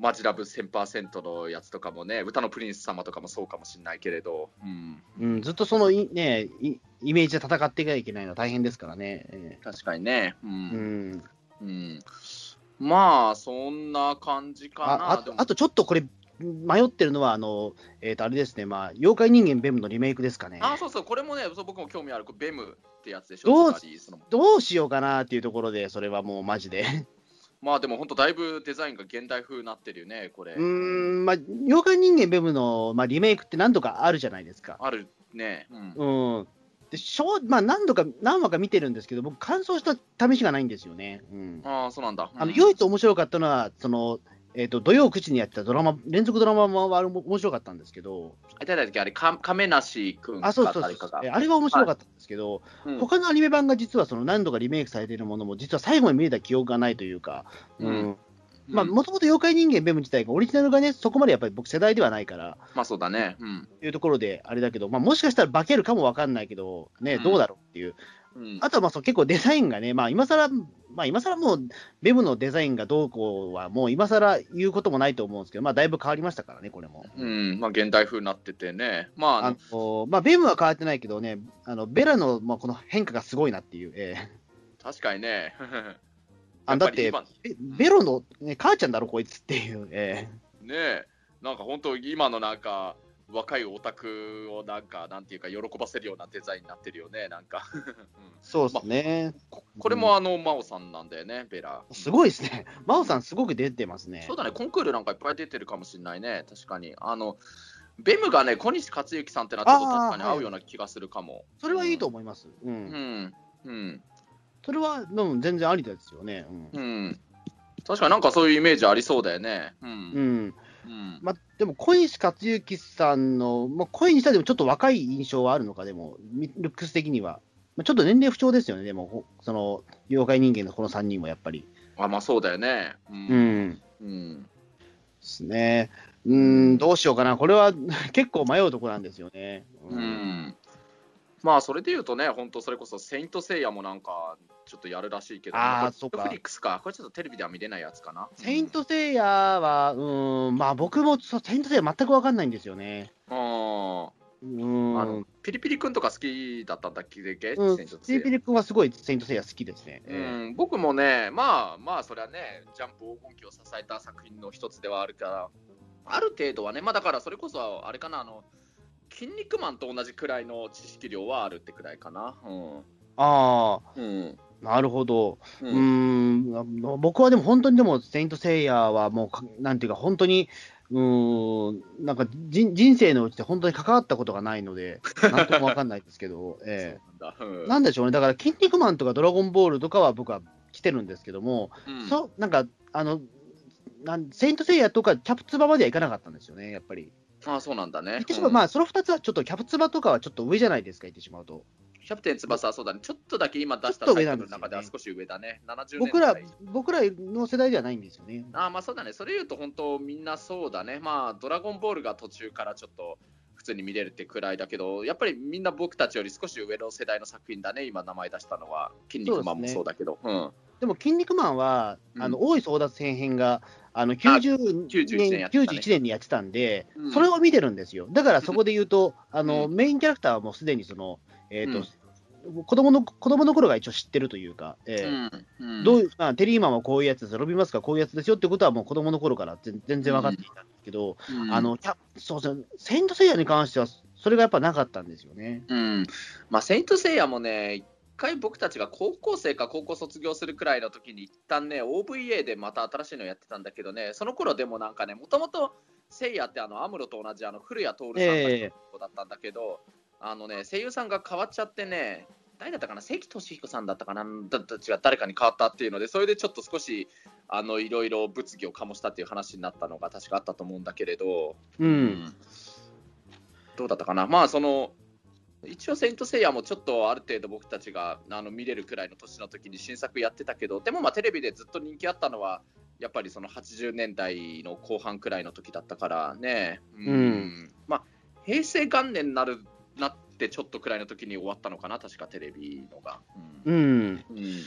マジラブ せんパーセント のやつとかもね、歌のプリンス様とかもそうかもしれないけれど、うんうん、ずっとそのい、ね、イイメージで戦っていかなきゃいけないのは大変ですからね。え確かにね。うーうんんうんまあ、そんな感じかな。 ああでもとあとちょっとこれ、迷ってるのは、あのえーとあれですね、まあ、妖怪人間ベムのリメイクですかね。 あ、そうそう、これもね、そう僕も興味ある。これベムってやつでしょ、 どうつまりそのどうしようかなっていうところで、それはもうマジで。 まあでも本当だいぶデザインが現代風になってるよね、これ。 うーん、まあ、妖怪人間ベムの、まあ、リメイクって何度かあるじゃないですか。 あるね。うん。 うんでしょうまあ、何度か、何話か見てるんですけど、僕、完走した試しがないんですよね。うんああ、そうなんだ。うんあの唯一面白かったのは、そのえー、と土曜くじにやってたドラマ、連続ドラマはあれも面白かったんですけど、 あ誰だっけあれ、か亀梨君かあそうそうそう誰かが。 えあれは面白かったんですけど、 うん他のアニメ版が実はその何度かリメイクされているものも、実は最後に見れた記憶がないというか、 うんうんまあ、 うんもともと妖怪人間ベム自体がオリジナルがね、そこまでやっぱり僕世代ではないから、 まあそうだね。うん。 というところであれだけど、まあ、もしかしたら化けるかもわかんないけど、ね、 うんどうだろうっていう。 うん、 あとはまあそう結構デザインがね、まあ今更、まあ今更もう、ベムのデザインがどうこうは、もう今更言うこともないと思うんですけど、まあだいぶ変わりましたからね、これも。 うん、まあ現代風になっててね。まあ、ああののまあ、ベムは変わってないけどね、あのベラの、まあ、この変化がすごいなっていう。えー確かにね。 あだってやぱりベ、ベロの、ね、母ちゃんだろ、こいつっていう。え今ねえ、なんか本当今のなんか、若いオタクをなんか、なんていうか、喜ばせるようなデザインになってるよね、なんか。うんーそうですね、 まこ。これもあの、真央さんなんだよね、ベラ。 すごいですね。真央さん、すごく出てますね。 そうだね、コンクールなんかいっぱい出てるかもしれないね、確かに。あの、ベムがね、小西克幸さんってのはちょっと確かに合うような気がするかも。 それはいいと思います。う。 うんん。うん。 それは、うん、全然ありですよね。うん。 うん。確かになんかそういうイメージありそうだよね。う。 うんんうん。 まあ、でも、小西克幸さんの、まあ、声にしたらでもちょっと若い印象はあるのか、でも、みルックス的には。まあ、ちょっと年齢不調ですよね、でも、ほその、妖怪人間のこのさんにんもやっぱり。 あ、まあそうだよね。う。 うんん。 うん。 ですね。うーん、どうしようかな。これは結構迷うところなんですよね。 う。ん。まあそれで言うとね、本当それこそセイントセイヤもなんかちょっとやるらしいけど、これあーそっかネットフリックスか。これちょっとテレビでは見れないやつかな。 セイントセイヤは、うーん、まあ僕もそうセイントセイヤ全く分かんないんですよね。 うん。あうーあのん。 ピリピリ君とか好きだったんだっけ、 うん、 セイントピセイヤ。 リピリ君はすごいセイントセイヤ好きですね。 うええん、僕もね、まあまあ、それはね、ジャンプ黄金期を支えた作品の一つではあるから、ある程度はね、まあだからそれこそ、あれかな、あの、筋肉マンと同じくらいの知識量はあるってくらいかな。うん。 ああ、 うん。 なるほど。 う。 うんーん、僕はでも本当にでも、セイントセイヤはもうか、なんていうか、本当に、うーん、なんか人人生のうちで本当に関わったことがないので、なんとも分かんないですけど、えそうなんだ。うえん。 なんでしょうね、だから、筋肉マンとかドラゴンボールとかは僕は来てるんですけども、 うんそうなんかあのなん、セイントセイヤとかキャプツバまではいかなかったんですよね、やっぱり。 ああ、そうなんだね。 言ってしまう、 うんまあ、そのふたつはちょっとキャプツバとかはちょっと上じゃないですか、言ってしまうと。 キャプテン翼はそうだね。ちょっとだけ今出したちょっとタイトル上なんですよねの中では少し上だね。ななじゅうねん僕ら代。 僕らの世代ではないんですよね。 ああ、まあそうだね。それ言うと本当みんなそうだね。まあ、ドラゴンボールが途中からちょっと普通に見れるってくらいだけど、やっぱりみんな僕たちより少し上の世代の作品だね。今名前出したのは。筋肉マンもそうだけど。うん。 でも、筋肉マンは、 うんあの大井争奪戦編があのきゅうじゅうきゅうじゅういちねんやってたねきゅうじゅういちねんにやってたんで、 うんそれを見てるんですよ。だからそこで言うと、あのうメインキャラクターはもうすでにその、えーと子供の子供の頃が一応知ってるというか、えーうん。うん。 どういうまあ、テリーマンはこういうやつです、ロビンマスクはこういうやつですよってことは、もう子供の頃から全全然分かっていたんですけど、 うんあのいやそうそう、セイントセイヤに関しては、それがやっぱなかったんですよね。 うん。まあ、セイントセイヤもね、一回僕たちが高校生か高校卒業するくらいの時に一旦ね、オーブイエー でまた新しいのやってたんだけどね、その頃でもなんかね、もともとセイヤってあのアムロと同じあの古谷徹さんがえ子だったんだけど、あのね、声優さんが変わっちゃってね、誰だったかな、関俊彦さんだったかな、だだ違う誰かに変わったっていうので、それでちょっと少しあのいろいろ物議を醸したっていう話になったのが確かあったと思うんだけれど、 うん、 どうだったかな、まあその一応、セイントセイヤもちょっとある程度僕たちがあの見れるくらいの年の時に新作やってたけど、でもまあテレビでずっと人気あったのは、やっぱりそのはちじゅうねんだいの後半くらいの時だったからね、うんうんまあ、平成元年になるなってちょっとくらいの時に終わったのかな、確かテレビのが。 うん、 うんうん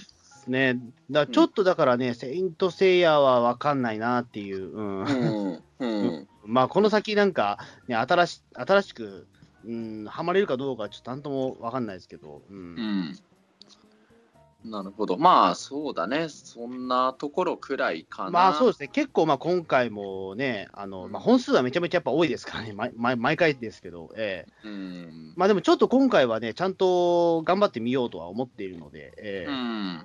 ですね。だちょっとだからね、うん、セイントセイヤは分かんないなっていう。うんうんうん、 まあ、この先なんか、ね、新し新しく、うん、はまれるかどうかちょっとなんとも分かんないですけど。うん。 うんなるほど。まあ、そうだね。そんなところくらいかな。 まあそうですね。結構、まあ今回もね、あの、うん、まあ本数はめちゃめちゃやっぱ多いですからね。毎, 毎, 毎回ですけど、ええー。うん。まあでもちょっと今回はね、ちゃんと頑張ってみようとは思っているので、ええー。うん。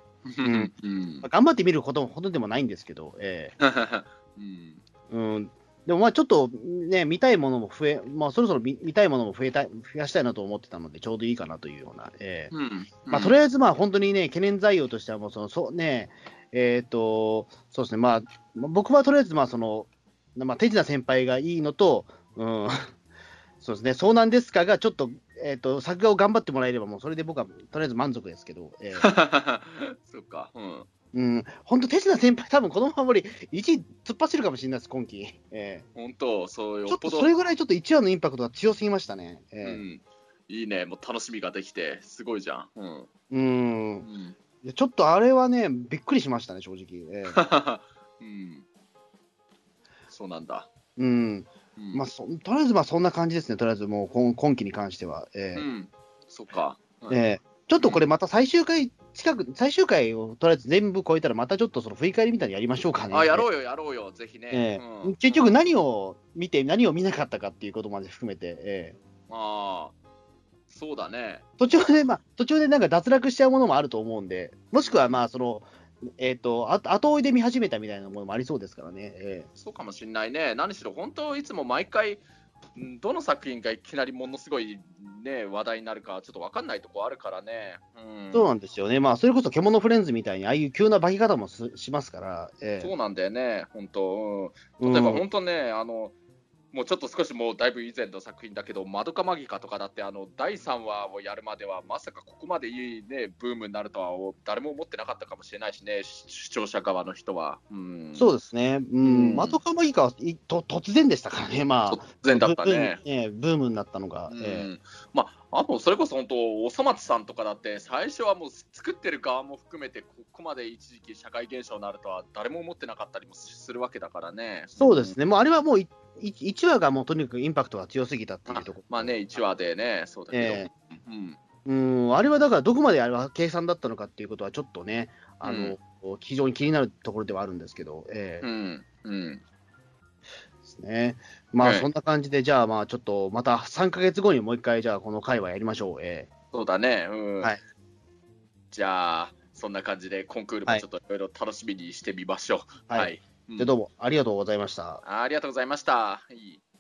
うんうんまあ、頑張ってみることほどでもないんですけど、ええー。うん。うんでもまあちょっとね、見たいものも増え、まあそろそろ 見, 見たいものも増えたい、増やしたいなと思ってたので、ちょうどいいかなというような、えーうんうん、まあとりあえずまあ本当にね、懸念材料としてはもうその、そうね、えっ、ー、と、そうですね、まあ僕はとりあえずまあその、まあ手品先輩がいいのと、うん、そうですね、そうなんですかが、ちょっと、えっ、ー、と、作画を頑張ってもらえれば、もうそれで僕はとりあえず満足ですけど、えー、 そうか、うん。 うん、本当、手品先輩、多分このままりいちい突っ走るかもしれないです、今季。えー、本当、そうよちょっとそれぐらいちょっといちわのインパクトが強すぎましたね。えー、 うん、いいね、もう楽しみができて、すごいじゃん。うん。 うんうん、ちょっとあれはね、びっくりしましたね、正直。えーうん、そうなんだ。 うん。うん、まあ、そとりあえずまあそんな感じですね、とりあえずもう今今期に関しては。えー、 うん、そっか。 うん、えーちょっとこれまた最終回近く、最終回をとりあえず全部超えたら、またちょっとその振り返りみたいにやりましょうかね。 あ、やろうよ、やろうよ、ぜひね。 えーうん、結局何を見て、何を見なかったかっていうことまで含めて、えー、ああ、そうだね。 途中で、まあ、途中でなんか脱落しちゃうものもあると思うんで、もしくはまあ、その、えっ、ー、と、後追いで見始めたみたいなものもありそうですからね。えー、 そうかもしれないね。何しろ、本当、いつも毎回、どの作品がいきなりものすごい、ね、話題になるかちょっと分かんないとこあるからね、 うん、そうなんですよね、まあ、それこそ獣フレンズみたいにああいう急な化け方もしますから、えー、そうなんだよね、本当、うん、例えば本当ね、うん、あのもうちょっと少しもうだいぶ以前の作品だけど、マドカマギカとかだってあのだいさんわをやるまではまさかここまでいい、ね、ブームになるとは誰も思ってなかったかもしれないしね、視聴者側の人は。うん、 そうですね、うん、うん、マドカマギカはと突然でしたからね、まあ、 突然だったね。 ブーム、ブームになったのが。うんえーまあ、あとそれこそ本当、おそ松さんとかだって最初はもう作ってる側も含めてここまで一時期社会現象になるとは誰も思ってなかったりもするわけだからね。 そうですね、もうあれはもういいちわがもうとにかくインパクトが強すぎたっていうところ。 まあね、いちわでね、そうだけど、えーうん、うんあれはだからどこまであれは計算だったのかっていうことはちょっとね、あの、うん、非常に気になるところではあるんですけど、えーうんうんですね、まあそんな感じで、じゃあまあちょっとまたさんかげつごにもう一回じゃあこの回はやりましょう。えー、そうだね、うん、 はい、 じゃあそんな感じでコンクールもちょっといろいろ楽しみにしてみましょう。 はい、はい、じゃあどうもありがとうございました。 ありがとうございました。はい